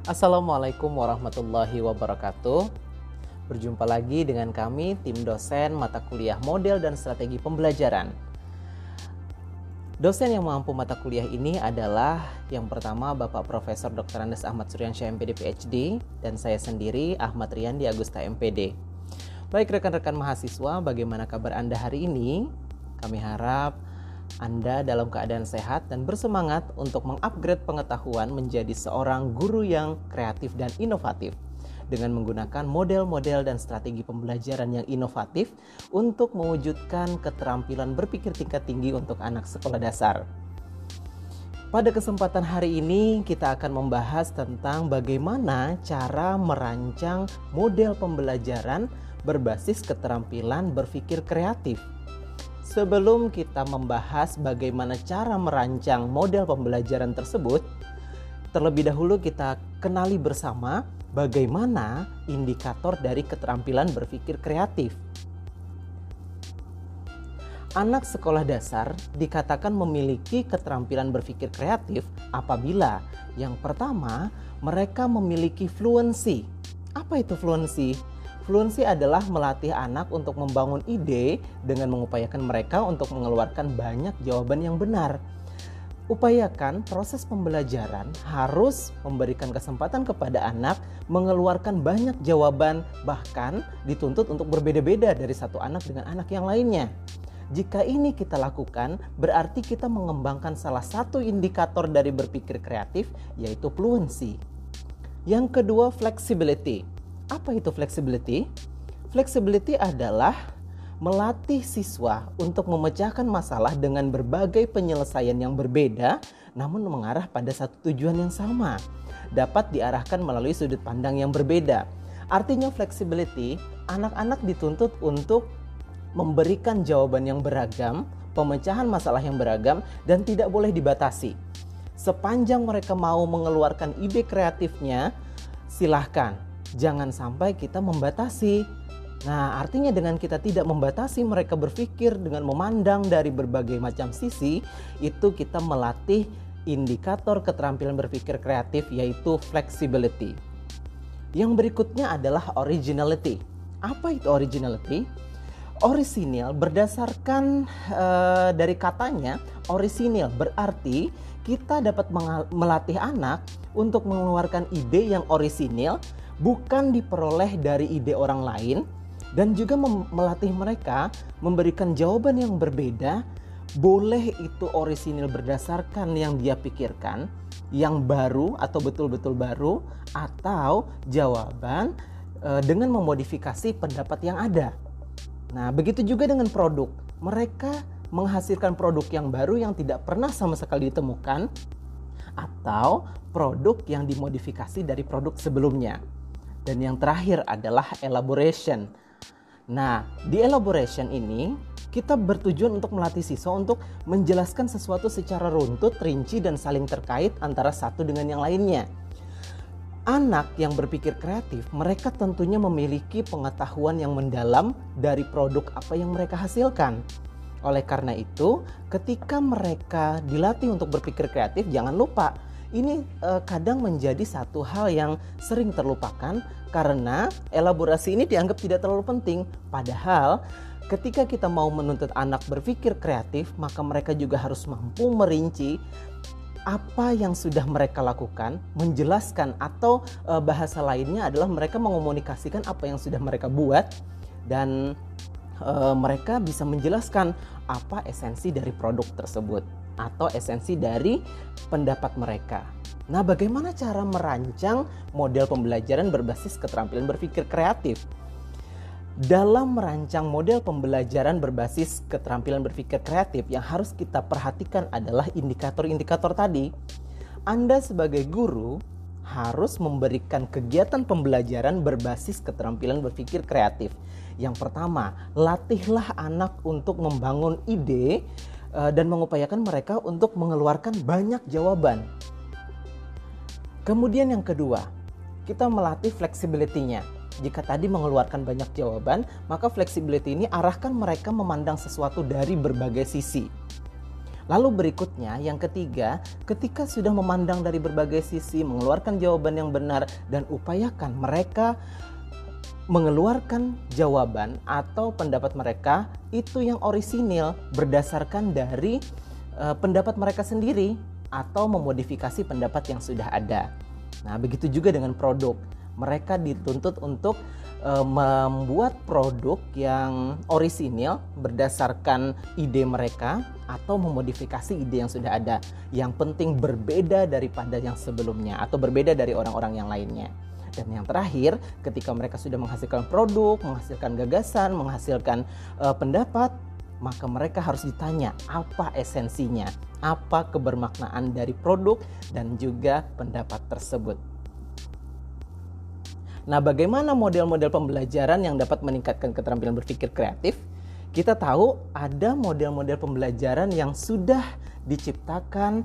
Assalamualaikum warahmatullahi wabarakatuh. Berjumpa lagi dengan kami, tim dosen mata kuliah model dan strategi pembelajaran. Dosen yang mampu mata kuliah ini adalah yang pertama Bapak Profesor Dr. Andes Ahmad Suryansyah MPD PhD dan saya sendiri Ahmad Riyandi Agusta MPD. Baik rekan-rekan mahasiswa, bagaimana kabar Anda hari ini? Kami harap Anda dalam keadaan sehat dan bersemangat untuk mengupgrade pengetahuan menjadi seorang guru yang kreatif dan inovatif dengan menggunakan model-model dan strategi pembelajaran yang inovatif untuk mewujudkan keterampilan berpikir tingkat tinggi untuk anak sekolah dasar. Pada kesempatan hari ini kita akan membahas tentang bagaimana cara merancang model pembelajaran berbasis keterampilan berpikir kreatif. Sebelum kita membahas bagaimana cara merancang model pembelajaran tersebut, terlebih dahulu kita kenali bersama bagaimana indikator dari keterampilan berpikir kreatif. Anak sekolah dasar dikatakan memiliki keterampilan berpikir kreatif apabila yang pertama mereka memiliki fluensi. Apa itu fluensi? Fluensi adalah melatih anak untuk membangun ide dengan mengupayakan mereka untuk mengeluarkan banyak jawaban yang benar. Upayakan proses pembelajaran harus memberikan kesempatan kepada anak mengeluarkan banyak jawaban, bahkan dituntut untuk berbeda-beda dari satu anak dengan anak yang lainnya. Jika ini kita lakukan, berarti kita mengembangkan salah satu indikator dari berpikir kreatif, yaitu fluensi. Yang kedua, flexibility. Apa itu flexibility? Flexibility adalah melatih siswa untuk memecahkan masalah dengan berbagai penyelesaian yang berbeda namun mengarah pada satu tujuan yang sama. Dapat diarahkan melalui sudut pandang yang berbeda. Artinya flexibility, anak-anak dituntut untuk memberikan jawaban yang beragam, pemecahan masalah yang beragam dan tidak boleh dibatasi. Sepanjang mereka mau mengeluarkan ide kreatifnya, silahkan. Jangan sampai kita membatasi. Nah, artinya dengan kita tidak membatasi mereka berpikir dengan memandang dari berbagai macam sisi, itu kita melatih indikator keterampilan berpikir kreatif yaitu flexibility. Yang berikutnya adalah originality. Apa itu originality? Orisinil berdasarkan dari katanya, orisinil berarti kita dapat melatih anak untuk mengeluarkan ide yang orisinil bukan diperoleh dari ide orang lain, dan juga melatih mereka memberikan jawaban yang berbeda, boleh itu orisinil berdasarkan yang dia pikirkan, yang baru atau betul-betul baru, atau jawaban dengan memodifikasi pendapat yang ada. Nah, begitu juga dengan produk. Mereka menghasilkan produk yang baru yang tidak pernah sama sekali ditemukan, atau produk yang dimodifikasi dari produk sebelumnya. Dan yang terakhir adalah elaboration. Nah, di elaboration ini kita bertujuan untuk melatih siswa untuk menjelaskan sesuatu secara runtut, rinci, dan saling terkait antara satu dengan yang lainnya. Anak yang berpikir kreatif, mereka tentunya memiliki pengetahuan yang mendalam dari produk apa yang mereka hasilkan. Oleh karena itu, ketika mereka dilatih untuk berpikir kreatif, jangan lupa, ini kadang menjadi satu hal yang sering terlupakan karena elaborasi ini dianggap tidak terlalu penting. Padahal ketika kita mau menuntut anak berpikir kreatif, maka mereka juga harus mampu merinci apa yang sudah mereka lakukan, menjelaskan, atau bahasa lainnya adalah mereka mengomunikasikan apa yang sudah mereka buat, dan mereka bisa menjelaskan apa esensi dari produk tersebut atau esensi dari pendapat mereka. Nah, bagaimana cara merancang model pembelajaran berbasis keterampilan berpikir kreatif? Dalam merancang model pembelajaran berbasis keterampilan berpikir kreatif, yang harus kita perhatikan adalah indikator-indikator tadi. Anda sebagai guru harus memberikan kegiatan pembelajaran berbasis keterampilan berpikir kreatif. Yang pertama, latihlah anak untuk membangun ide dan mengupayakan mereka untuk mengeluarkan banyak jawaban. Kemudian yang kedua, kita melatih fleksibilitinya. Jika tadi mengeluarkan banyak jawaban, maka flexibility ini arahkan mereka memandang sesuatu dari berbagai sisi. Lalu berikutnya, yang ketiga, ketika sudah memandang dari berbagai sisi, mengeluarkan jawaban yang benar, dan upayakan mereka mengeluarkan jawaban atau pendapat mereka itu yang orisinil berdasarkan dari pendapat mereka sendiri atau memodifikasi pendapat yang sudah ada. Nah, begitu juga dengan produk. Mereka dituntut untuk membuat produk yang orisinil berdasarkan ide mereka atau memodifikasi ide yang sudah ada. Yang penting berbeda daripada yang sebelumnya atau berbeda dari orang-orang yang lainnya. Dan yang terakhir, ketika mereka sudah menghasilkan produk, menghasilkan gagasan, menghasilkan pendapat, maka mereka harus ditanya apa esensinya, apa kebermaknaan dari produk dan juga pendapat tersebut. Nah, bagaimana model-model pembelajaran yang dapat meningkatkan keterampilan berpikir kreatif? Kita tahu ada model-model pembelajaran yang sudah diciptakan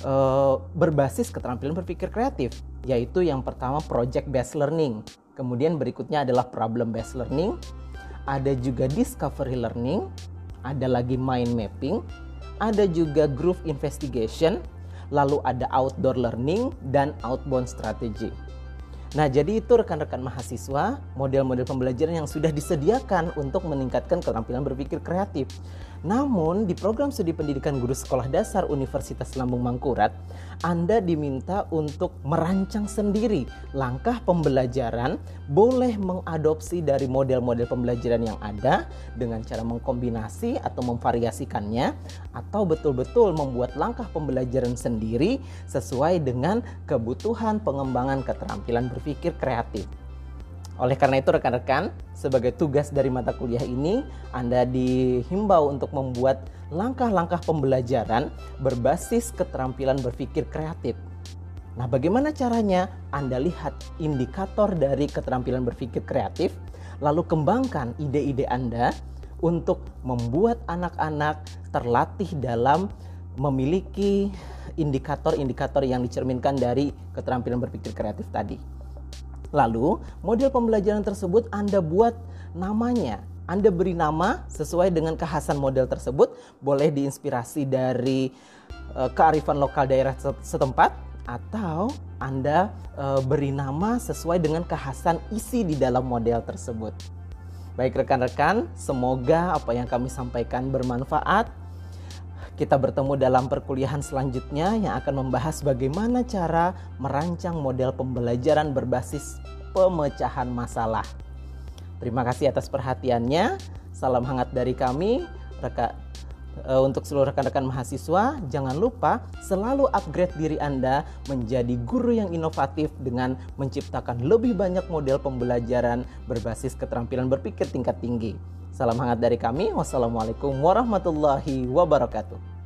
berbasis keterampilan berpikir kreatif, yaitu yang pertama project based learning, kemudian berikutnya adalah problem based learning, ada juga discovery learning, ada lagi mind mapping, ada juga group investigation, lalu ada outdoor learning dan outbound strategy. Nah, jadi itu rekan-rekan mahasiswa, model-model pembelajaran yang sudah disediakan untuk meningkatkan keterampilan berpikir kreatif. Namun, di program studi pendidikan guru sekolah dasar Universitas Lambung Mangkurat, Anda diminta untuk merancang sendiri langkah pembelajaran, boleh mengadopsi dari model-model pembelajaran yang ada dengan cara mengkombinasi atau memvariasikannya, atau betul-betul membuat langkah pembelajaran sendiri sesuai dengan kebutuhan pengembangan keterampilan berpikir kreatif. Oleh karena itu rekan-rekan, sebagai tugas dari mata kuliah ini, Anda dihimbau untuk membuat langkah-langkah pembelajaran berbasis keterampilan berpikir kreatif. Nah, bagaimana caranya? Anda lihat indikator dari keterampilan berpikir kreatif, lalu kembangkan ide-ide Anda untuk membuat anak-anak terlatih dalam memiliki indikator-indikator yang dicerminkan dari keterampilan berpikir kreatif tadi. Lalu, model pembelajaran tersebut Anda buat namanya. Anda beri nama sesuai dengan kekhasan model tersebut. Boleh diinspirasi dari kearifan lokal daerah setempat, atau Anda beri nama sesuai dengan kekhasan isi di dalam model tersebut. Baik rekan-rekan, semoga apa yang kami sampaikan bermanfaat. Kita bertemu dalam perkuliahan selanjutnya yang akan membahas bagaimana cara merancang model pembelajaran berbasis pemecahan masalah. Terima kasih atas perhatiannya. Salam hangat dari kami. Untuk seluruh rekan-rekan mahasiswa, jangan lupa selalu upgrade diri Anda menjadi guru yang inovatif dengan menciptakan lebih banyak model pembelajaran berbasis keterampilan berpikir tingkat tinggi. Salam hangat dari kami. Wassalamualaikum warahmatullahi wabarakatuh.